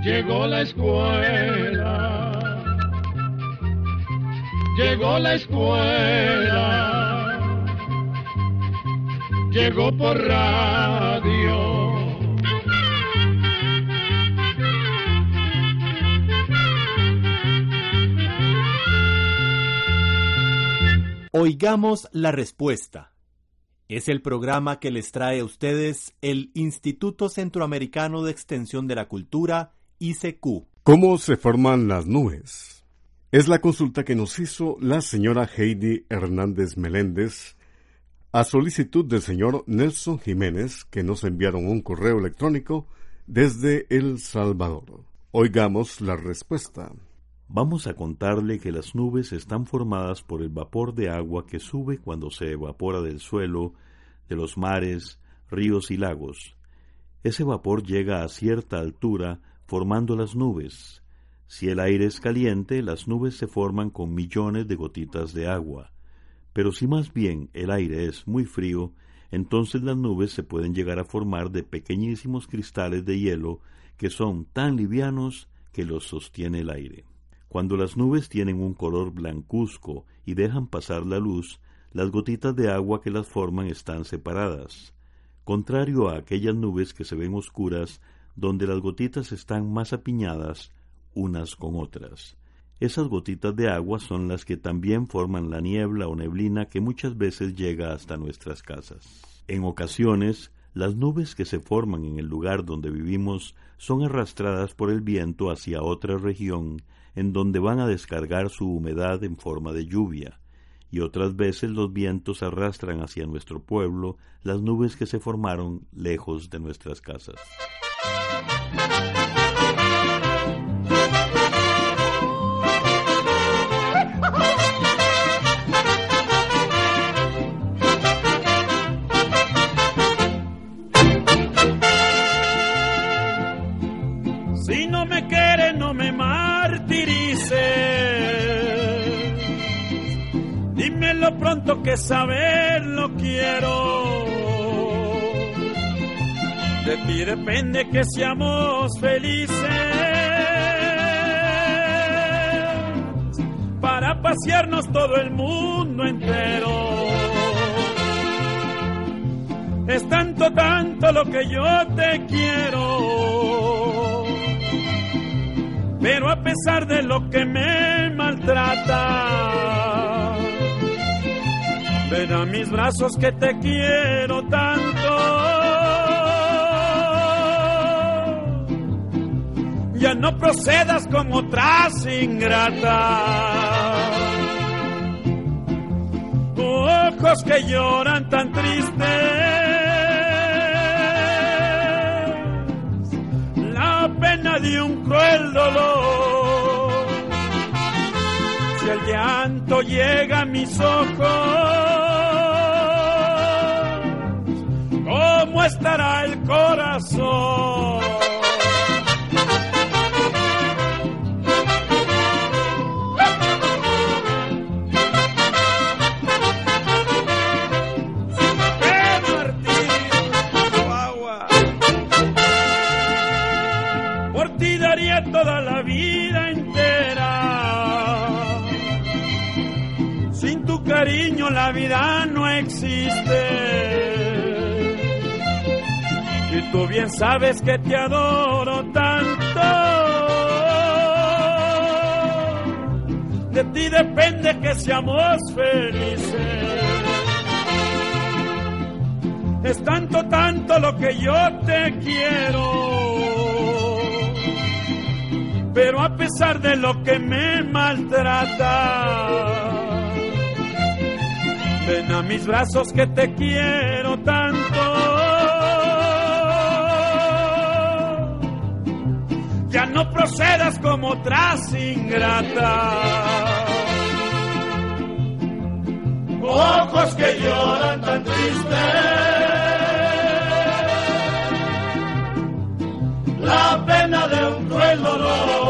Llegó la escuela, llegó la escuela, llegó por radio. Oigamos la respuesta. Es el programa que les trae a ustedes el Instituto Centroamericano de Extensión de la Cultura, ICQ. ¿Cómo se forman las nubes? Es la consulta que nos hizo la señora Heidi Hernández Meléndez a solicitud del señor Nelson Jiménez, que nos enviaron un correo electrónico desde El Salvador. Oigamos la respuesta. Vamos a contarle que las nubes están formadas por el vapor de agua que sube cuando se evapora del suelo, de los mares, ríos y lagos. Ese vapor llega a cierta altura formando las nubes. Si el aire es caliente, las nubes se forman con millones de gotitas de agua. Pero si más bien el aire es muy frío, entonces las nubes se pueden llegar a formar de pequeñísimos cristales de hielo que son tan livianos que los sostiene el aire. Cuando las nubes tienen un color blancuzco y dejan pasar la luz, las gotitas de agua que las forman están separadas. Contrario a aquellas nubes que se ven oscuras, donde las gotitas están más apiñadas unas con otras. Esas gotitas de agua son las que también forman la niebla o neblina que muchas veces llega hasta nuestras casas. En ocasiones, las nubes que se forman en el lugar donde vivimos son arrastradas por el viento hacia otra región, en donde van a descargar su humedad en forma de lluvia, y otras veces los vientos arrastran hacia nuestro pueblo las nubes que se formaron lejos de nuestras casas. Si no me quiere, no me martirice. Dímelo pronto que saberlo quiero. De ti depende que seamos felices, para pasearnos todo el mundo entero. Es tanto, tanto lo que yo te quiero, pero a pesar de lo que me maltrata, ven a mis brazos que te quiero tanto. Ya no procedas como otras ingratas, ojos que lloran tan tristes, la pena de un cruel dolor. Si el llanto llega a mis ojos, ¿cómo estará el corazón? Toda la vida entera, sin tu cariño la vida no existe, y tú bien sabes que te adoro tanto. De ti depende que seamos felices, es tanto, tanto lo que yo te quiero, pero a pesar de lo que me maltrata, ven a mis brazos que te quiero tanto. Ya no procedas como otras ingratas, ojos que lloran tan tristes, la pena de un cruel dolor.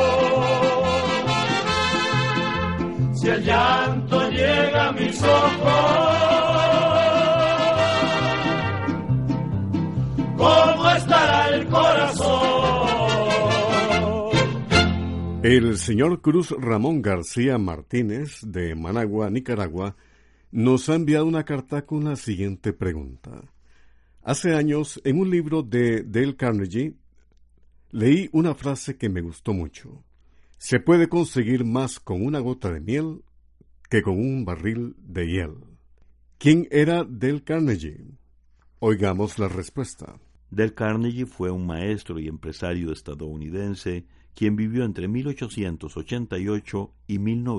Si el llanto llega a mis ojos, ¿cómo estará el corazón? El señor Cruz Ramón García Martínez, de Managua, Nicaragua, nos ha enviado una carta con la siguiente pregunta. Hace años, en un libro de Dale Carnegie, leí una frase que me gustó mucho. Se puede conseguir más con una gota de miel que con un barril de hiel. ¿Quién era Dale Carnegie? Oigamos la respuesta. Dale Carnegie fue un maestro y empresario estadounidense quien vivió entre 1888 y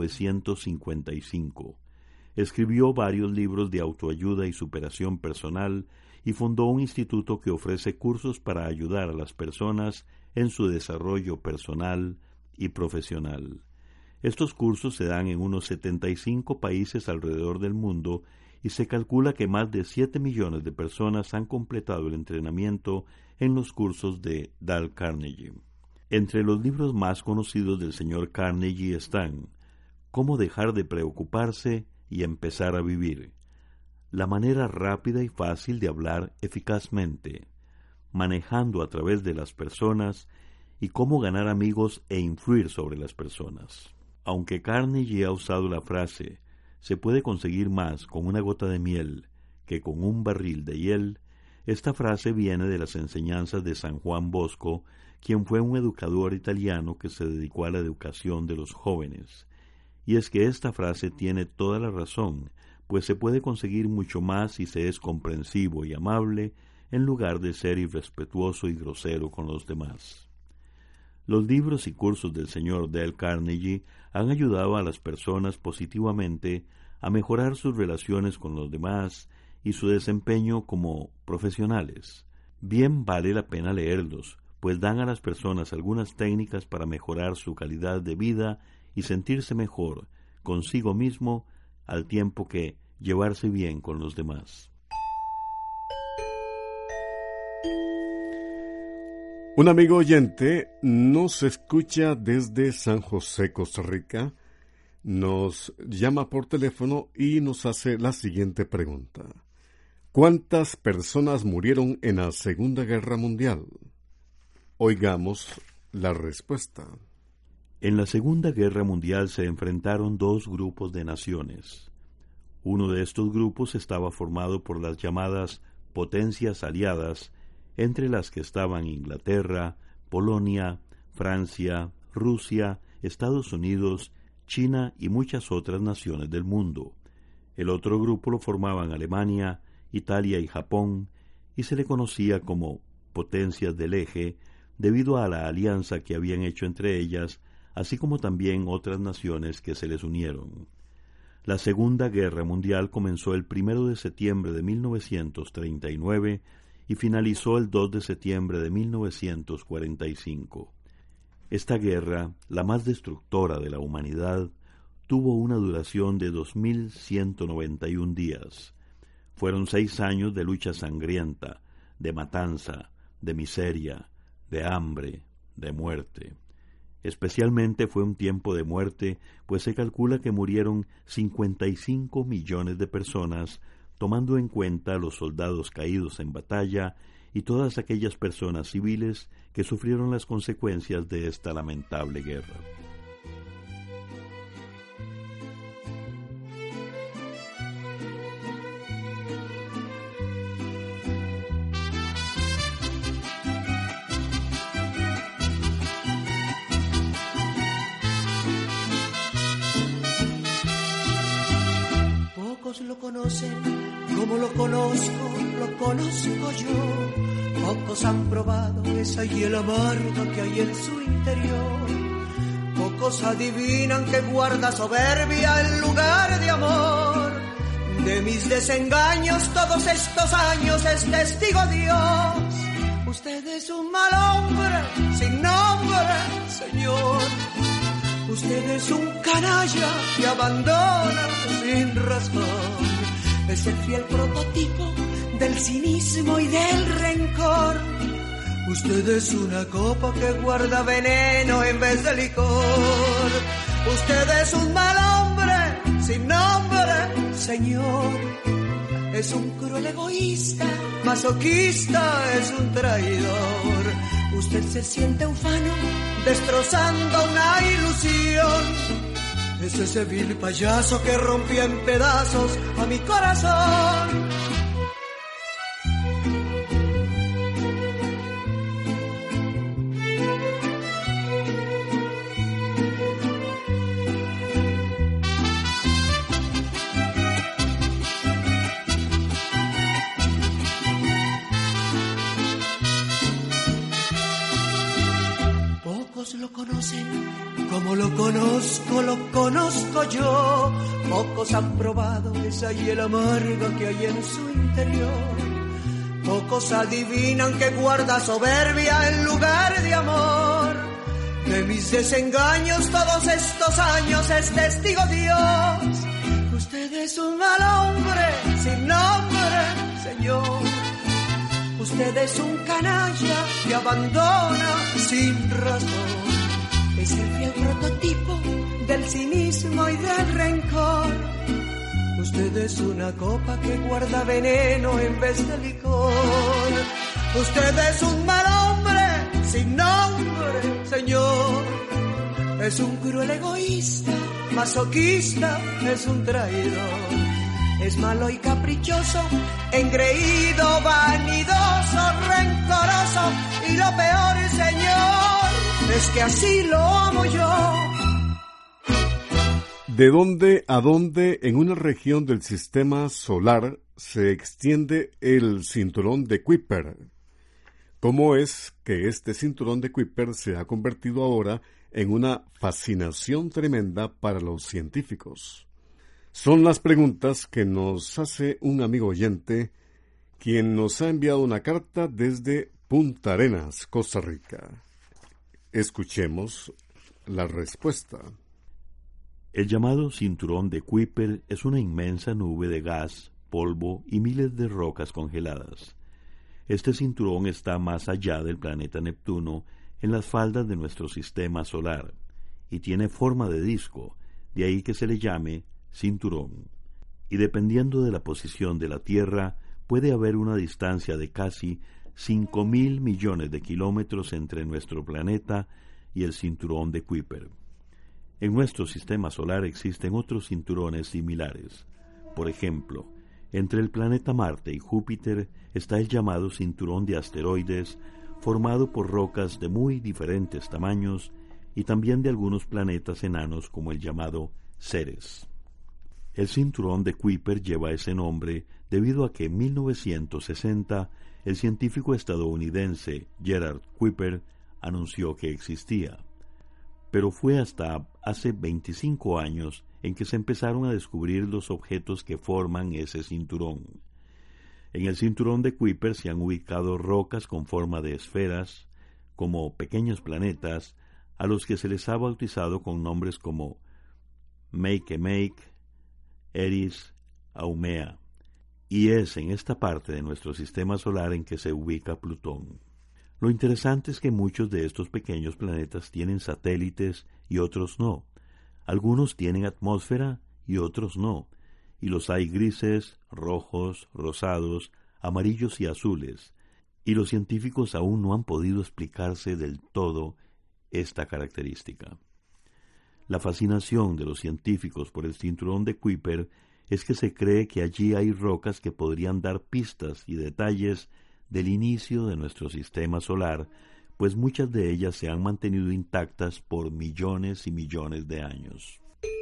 1955. Escribió varios libros de autoayuda y superación personal y fundó un instituto que ofrece cursos para ayudar a las personas en su desarrollo personal y profesional. Estos cursos se dan en unos 75 países alrededor del mundo y se calcula que más de 7 millones de personas han completado el entrenamiento en los cursos de Dale Carnegie. Entre los libros más conocidos del señor Carnegie están Cómo dejar de preocuparse y empezar a vivir, La manera rápida y fácil de hablar eficazmente, Manejando a través de las personas y cómo ganar amigos e influir sobre las personas. Aunque Carnegie ha usado la frase se puede conseguir más con una gota de miel que con un barril de hiel, esta frase viene de las enseñanzas de San Juan Bosco, quien fue un educador italiano que se dedicó a la educación de los jóvenes. Y es que esta frase tiene toda la razón, pues se puede conseguir mucho más si se es comprensivo y amable, en lugar de ser irrespetuoso y grosero con los demás. Los libros y cursos del señor Dale Carnegie han ayudado a las personas positivamente a mejorar sus relaciones con los demás y su desempeño como profesionales. Bien vale la pena leerlos, pues dan a las personas algunas técnicas para mejorar su calidad de vida y sentirse mejor consigo mismo al tiempo que llevarse bien con los demás. Un amigo oyente nos escucha desde San José, Costa Rica, nos llama por teléfono y nos hace la siguiente pregunta. ¿Cuántas personas murieron en la Segunda Guerra Mundial? Oigamos la respuesta. En la Segunda Guerra Mundial se enfrentaron dos grupos de naciones. Uno de estos grupos estaba formado por las llamadas potencias aliadas, entre las que estaban Inglaterra, Polonia, Francia, Rusia, Estados Unidos, China y muchas otras naciones del mundo. El otro grupo lo formaban Alemania, Italia y Japón, y se le conocía como potencias del eje, debido a la alianza que habían hecho entre ellas, así como también otras naciones que se les unieron. La Segunda Guerra Mundial comenzó el 1 de septiembre de 1939 y finalizó el 2 de septiembre de 1945. Esta guerra, la más destructora de la humanidad, tuvo una duración de 2.191 días. Fueron 6 años de lucha sangrienta, de matanza, de miseria, de hambre, de muerte. Especialmente fue un tiempo de muerte, pues se calcula que murieron 55 millones de personas, tomando en cuenta los soldados caídos en batalla y todas aquellas personas civiles que sufrieron las consecuencias de esta lamentable guerra. Lo conocen como lo conozco yo. Pocos han probado esa hiel amarga que hay en su interior. Pocos adivinan que guarda soberbia en lugar de amor. De mis desengaños todos estos años es testigo Dios. Usted es un mal hombre sin nombre, Señor. Usted es un canalla que abandona sin razón. Es el fiel prototipo del cinismo y del rencor. Usted es una copa que guarda veneno en vez de licor. Usted es un mal hombre sin nombre, Señor. Es un cruel egoísta, masoquista, es un traidor. Usted se siente ufano, destrozando una ilusión. Es ese vil payaso que rompió en pedazos a mi corazón. Lo conocen como lo conozco yo. Pocos han probado esa hiel amarga que hay en su interior. Pocos adivinan que guarda soberbia en lugar de amor. De mis desengaños todos estos años es testigo Dios. Usted es un mal hombre sin nombre, Señor. Usted es un canalla que abandona sin razón. Es el fiel prototipo del cinismo y del rencor. Usted es una copa que guarda veneno en vez de licor. Usted es un mal hombre sin nombre, Señor. Es un cruel egoísta, masoquista, es un traidor. Es malo y caprichoso, engreído, vanidoso, rencoroso. Y lo peor, Señor, es que así lo amo yo. ¿De dónde a dónde en una región del sistema solar se extiende el cinturón de Kuiper? ¿Cómo es que este cinturón de Kuiper se ha convertido ahora en una fascinación tremenda para los científicos? Son las preguntas que nos hace un amigo oyente, quien nos ha enviado una carta desde Punta Arenas, Costa Rica. Escuchemos la respuesta. El llamado cinturón de Kuiper es una inmensa nube de gas, polvo y miles de rocas congeladas. Este cinturón está más allá del planeta Neptuno, en las faldas de nuestro sistema solar, y tiene forma de disco, de ahí que se le llame cinturón. Y dependiendo de la posición de la Tierra, puede haber una distancia de casi 5.000 millones de kilómetros entre nuestro planeta y el cinturón de Kuiper. En nuestro sistema solar existen otros cinturones similares. Por ejemplo, entre el planeta Marte y Júpiter está el llamado cinturón de asteroides, formado por rocas de muy diferentes tamaños y también de algunos planetas enanos como el llamado Ceres. El cinturón de Kuiper lleva ese nombre debido a que en 1960 el científico estadounidense Gerard Kuiper anunció que existía. Pero fue hasta hace 25 años en que se empezaron a descubrir los objetos que forman ese cinturón. En el cinturón de Kuiper se han ubicado rocas con forma de esferas, como pequeños planetas, a los que se les ha bautizado con nombres como Makemake, Eris, Haumea, y es en esta parte de nuestro sistema solar en que se ubica Plutón. Lo interesante es que muchos de estos pequeños planetas tienen satélites y otros no. Algunos tienen atmósfera y otros no, y los hay grises, rojos, rosados, amarillos y azules, y los científicos aún no han podido explicarse del todo esta característica. La fascinación de los científicos por el cinturón de Kuiper es que se cree que allí hay rocas que podrían dar pistas y detalles del inicio de nuestro sistema solar, pues muchas de ellas se han mantenido intactas por millones y millones de años.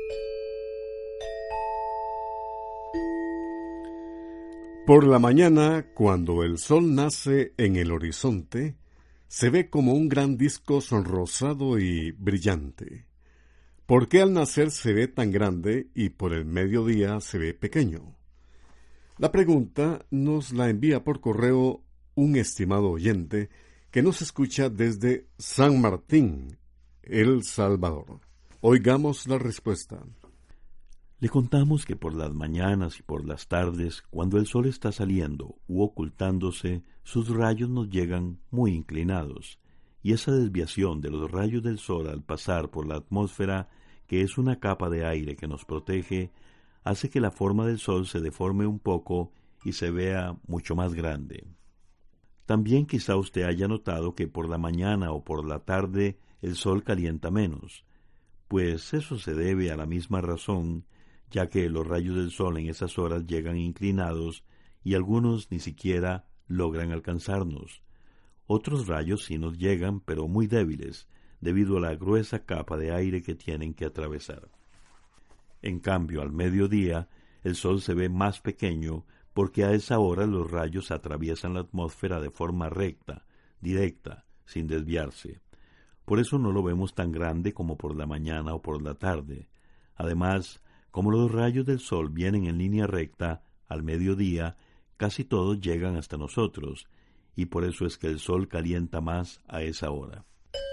Por la mañana, cuando el sol nace en el horizonte, se ve como un gran disco sonrosado y brillante. ¿Por qué al nacer se ve tan grande y por el mediodía se ve pequeño? La pregunta nos la envía por correo un estimado oyente que nos escucha desde San Martín, El Salvador. Oigamos la respuesta. Le contamos que por las mañanas y por las tardes, cuando el sol está saliendo u ocultándose, sus rayos nos llegan muy inclinados, y esa desviación de los rayos del sol al pasar por la atmósfera, que es una capa de aire que nos protege, hace que la forma del sol se deforme un poco y se vea mucho más grande. También quizá usted haya notado que por la mañana o por la tarde el sol calienta menos, pues eso se debe a la misma razón, ya que los rayos del sol en esas horas llegan inclinados y algunos ni siquiera logran alcanzarnos. Otros rayos sí nos llegan, pero muy débiles, debido a la gruesa capa de aire que tienen que atravesar. En cambio, al mediodía, el sol se ve más pequeño porque a esa hora los rayos atraviesan la atmósfera de forma recta, directa, sin desviarse. Por eso no lo vemos tan grande como por la mañana o por la tarde. Además, como los rayos del sol vienen en línea recta, al mediodía, casi todos llegan hasta nosotros, y por eso es que el sol calienta más a esa hora.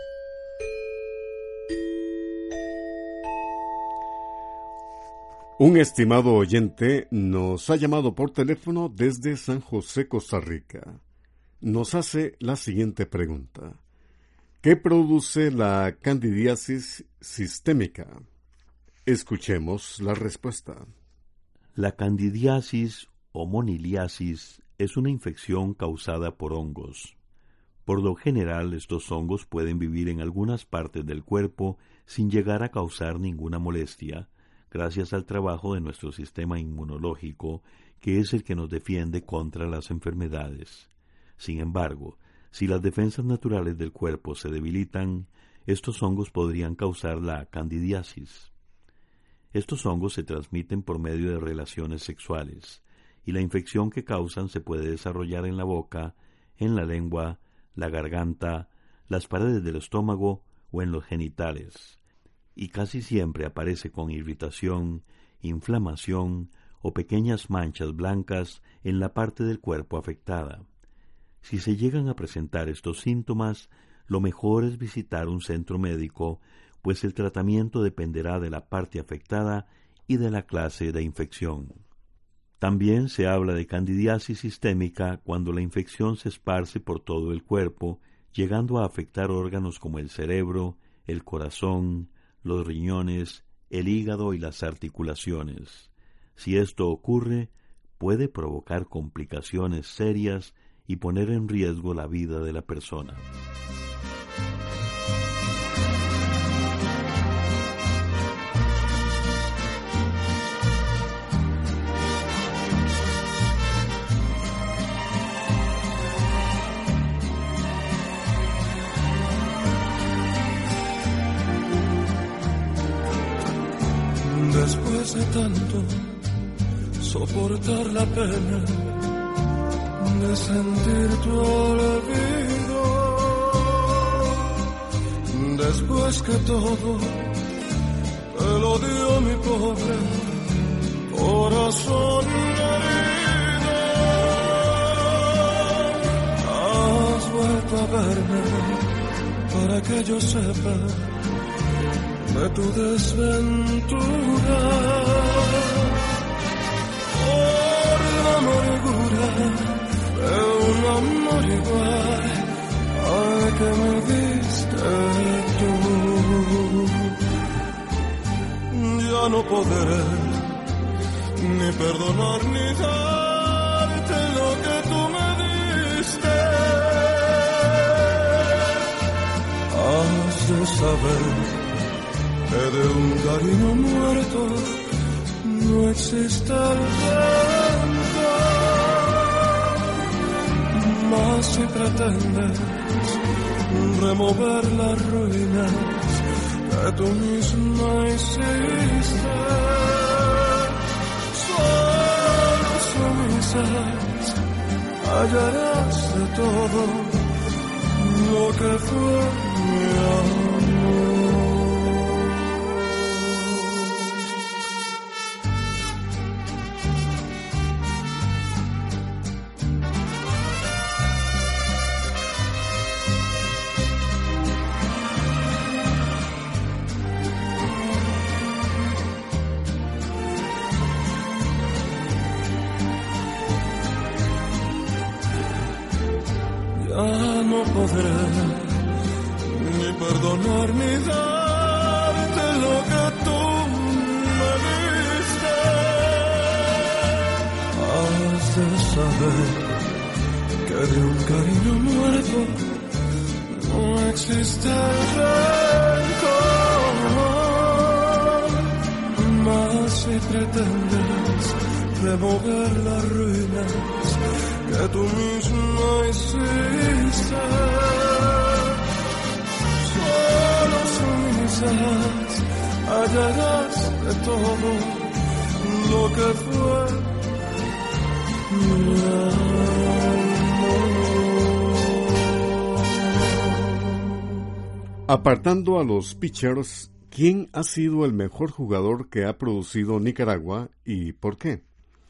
Un estimado oyente nos ha llamado por teléfono desde San José, Costa Rica. Nos hace la siguiente pregunta. ¿Qué produce la candidiasis sistémica? Escuchemos la respuesta. La candidiasis o moniliasis es una infección causada por hongos. Por lo general, estos hongos pueden vivir en algunas partes del cuerpo sin llegar a causar ninguna molestia, gracias al trabajo de nuestro sistema inmunológico, que es el que nos defiende contra las enfermedades. Sin embargo, si las defensas naturales del cuerpo se debilitan, estos hongos podrían causar la candidiasis. Estos hongos se transmiten por medio de relaciones sexuales, y la infección que causan se puede desarrollar en la boca, en la lengua, la garganta, las paredes del estómago o en los genitales, y casi siempre aparece con irritación, inflamación o pequeñas manchas blancas en la parte del cuerpo afectada. Si se llegan a presentar estos síntomas, lo mejor es visitar un centro médico, pues el tratamiento dependerá de la parte afectada y de la clase de infección. También se habla de candidiasis sistémica cuando la infección se esparce por todo el cuerpo, llegando a afectar órganos como el cerebro, el corazón, los riñones, el hígado y las articulaciones. Si esto ocurre, puede provocar complicaciones serias y poner en riesgo la vida de la persona. Después de tanto soportar la pena de sentir tu olvido, después que todo te lo dio mi pobre corazón herido, has vuelto a verme para que yo sepa de tu desventura, por la amargura de un amor igual al que me diste tú. Ya no podré ni perdonar ni darte lo que tú me diste. Has de saber que de un cariño muerto no existe el rencor, mas si pretendes remover las ruinas que tú misma hiciste, solo sumisas hallarás de todo lo que fue mi amor. No podré ni perdonar ni darte lo que tú me diste. Has de saber que que de un cariño muerto no existe el rencor. Mas si pretendes remover las ruinas que tú mismo hiciste, solo son esas, hallarás de todo lo que fue mi amor. Apartando a los pitchers, ¿quién ha sido el mejor jugador que ha producido Nicaragua y por qué?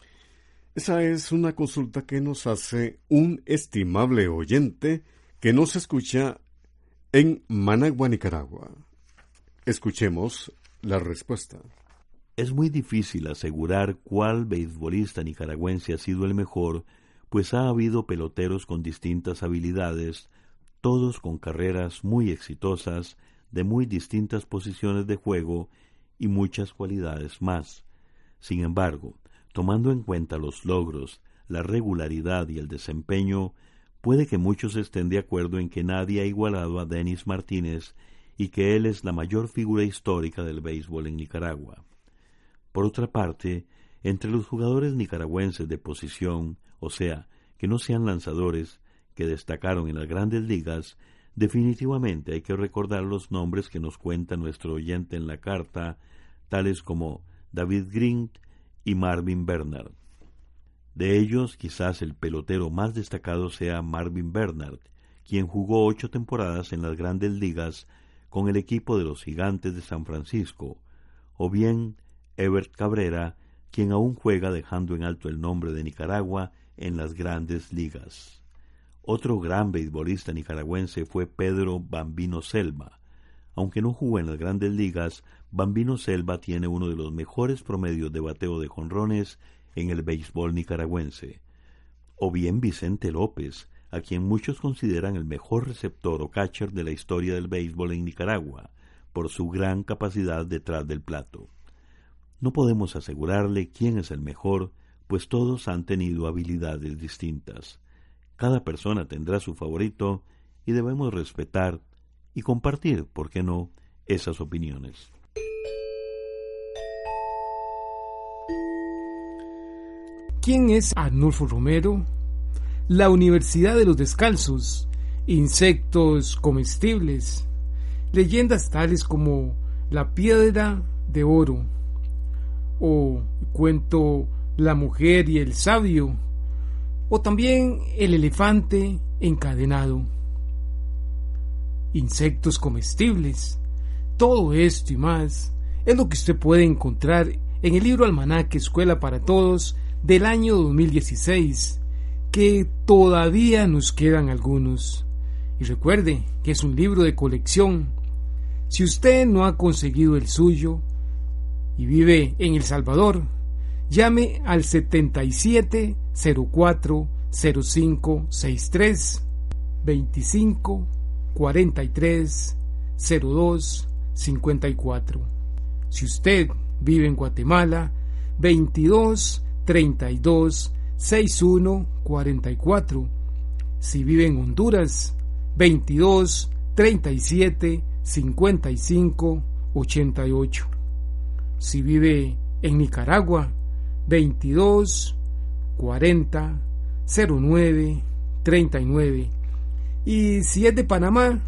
Esa es una consulta que nos hace un estimable oyente que nos escucha en Managua, Nicaragua. Escuchemos la respuesta. Es muy difícil asegurar cuál beisbolista nicaragüense ha sido el mejor, pues ha habido peloteros con distintas habilidades, todos con carreras muy exitosas, de muy distintas posiciones de juego y muchas cualidades más. Sin embargo, tomando en cuenta los logros, la regularidad y el desempeño, puede que muchos estén de acuerdo en que nadie ha igualado a Denis Martínez y que él es la mayor figura histórica del béisbol en Nicaragua. Por otra parte, entre los jugadores nicaragüenses de posición, o sea, que no sean lanzadores, que destacaron en las grandes ligas, definitivamente hay que recordar los nombres que nos cuenta nuestro oyente en la carta, tales como David Green y Marvin Bernard. De ellos, quizás el pelotero más destacado sea Marvin Bernard, quien jugó 8 temporadas en las grandes ligas con el equipo de los Gigantes de San Francisco, o bien Ebert Cabrera, quien aún juega dejando en alto el nombre de Nicaragua en las grandes ligas. Otro gran beisbolista nicaragüense fue Pedro Bambino Selva. Aunque no jugó en las grandes ligas, Bambino Selva tiene uno de los mejores promedios de bateo de jonrones en el béisbol nicaragüense. O bien Vicente López, a quien muchos consideran el mejor receptor o catcher de la historia del béisbol en Nicaragua, por su gran capacidad detrás del plato. No podemos asegurarle quién es el mejor, pues todos han tenido habilidades distintas. Cada persona tendrá su favorito y debemos respetar y compartir, ¿por qué no?, esas opiniones. ¿Quién es Arnulfo Romero? La Universidad de los Descalzos, insectos comestibles, leyendas tales como La Piedra de Oro, o cuento La Mujer y el Sabio, o también El Elefante Encadenado. Insectos comestibles, todo esto y más es lo que usted puede encontrar en el libro Almanaque Escuela para Todos del año 2016, que todavía nos quedan algunos. Y recuerde que es un libro de colección. Si usted no ha conseguido el suyo y vive en El Salvador, llame al 7704-0563 25 43 02 54. Si usted vive en Guatemala, 22 32 61 44. Si vive en Honduras, 22 37 55 88. Si vive en Nicaragua, 22 40 09 39. Y si es de Panamá,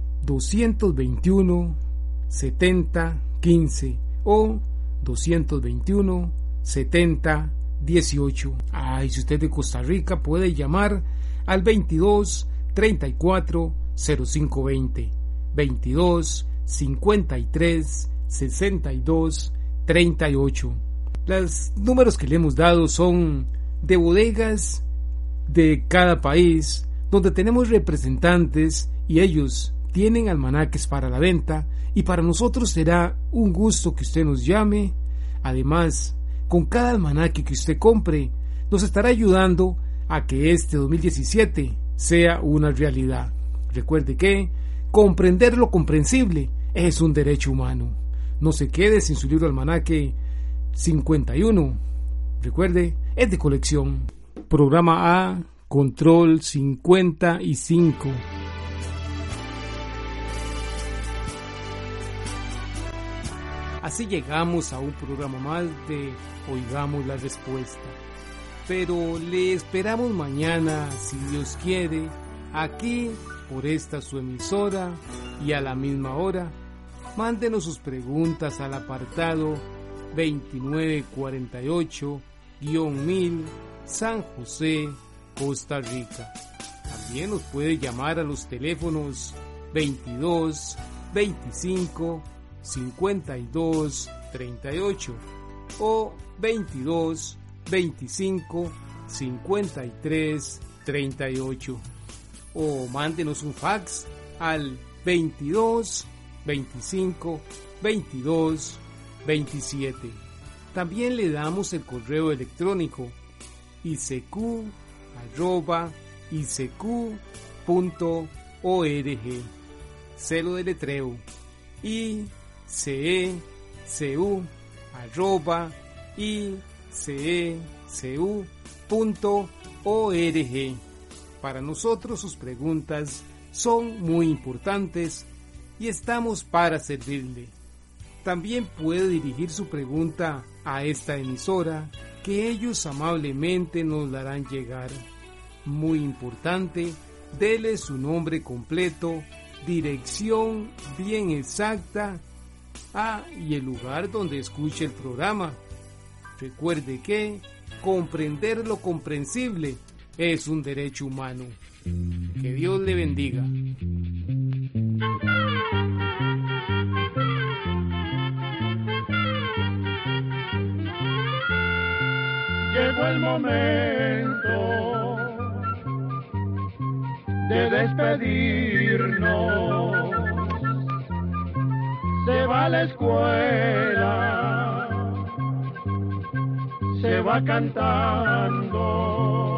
221 70 15 o 221 70 18. Si usted es de Costa Rica, puede llamar al 22 34 05 20, 22 53 62 38. Los números que le hemos dado son de bodegas de cada país, donde tenemos representantes y ellos tienen almanaques para la venta, y para nosotros será un gusto que usted nos llame. Además, con cada almanaque que usted compre, nos estará ayudando a que este 2017 sea una realidad. Recuerde que comprender lo comprensible es un derecho humano. No se quede sin su libro Almanaque 51. Recuerde, es de colección. Programa A, Control 55. Así llegamos a un programa más de Oigamos la Respuesta. Pero le esperamos mañana, si Dios quiere, aquí por esta su emisora y a la misma hora. Mándenos sus preguntas al apartado 2948-1000 San José, Costa Rica. También nos puede llamar a los teléfonos 22 25 52 38 o 22 25 53 38, o mándenos un fax al 22 25 22 27. También le damos el correo electrónico icq@icq.org. Se lo deletreo: iccu@iccu.org. Para nosotros sus preguntas son muy importantes y estamos para servirle. También puede dirigir su pregunta a esta emisora, que ellos amablemente nos la harán llegar. Muy importante, dele su nombre completo, dirección bien exacta, y el lugar donde escuche el programa. Recuerde que comprender lo comprensible es un derecho humano. Que Dios le bendiga. Llegó el momento de despedirnos. Se va a la escuela, se va cantando.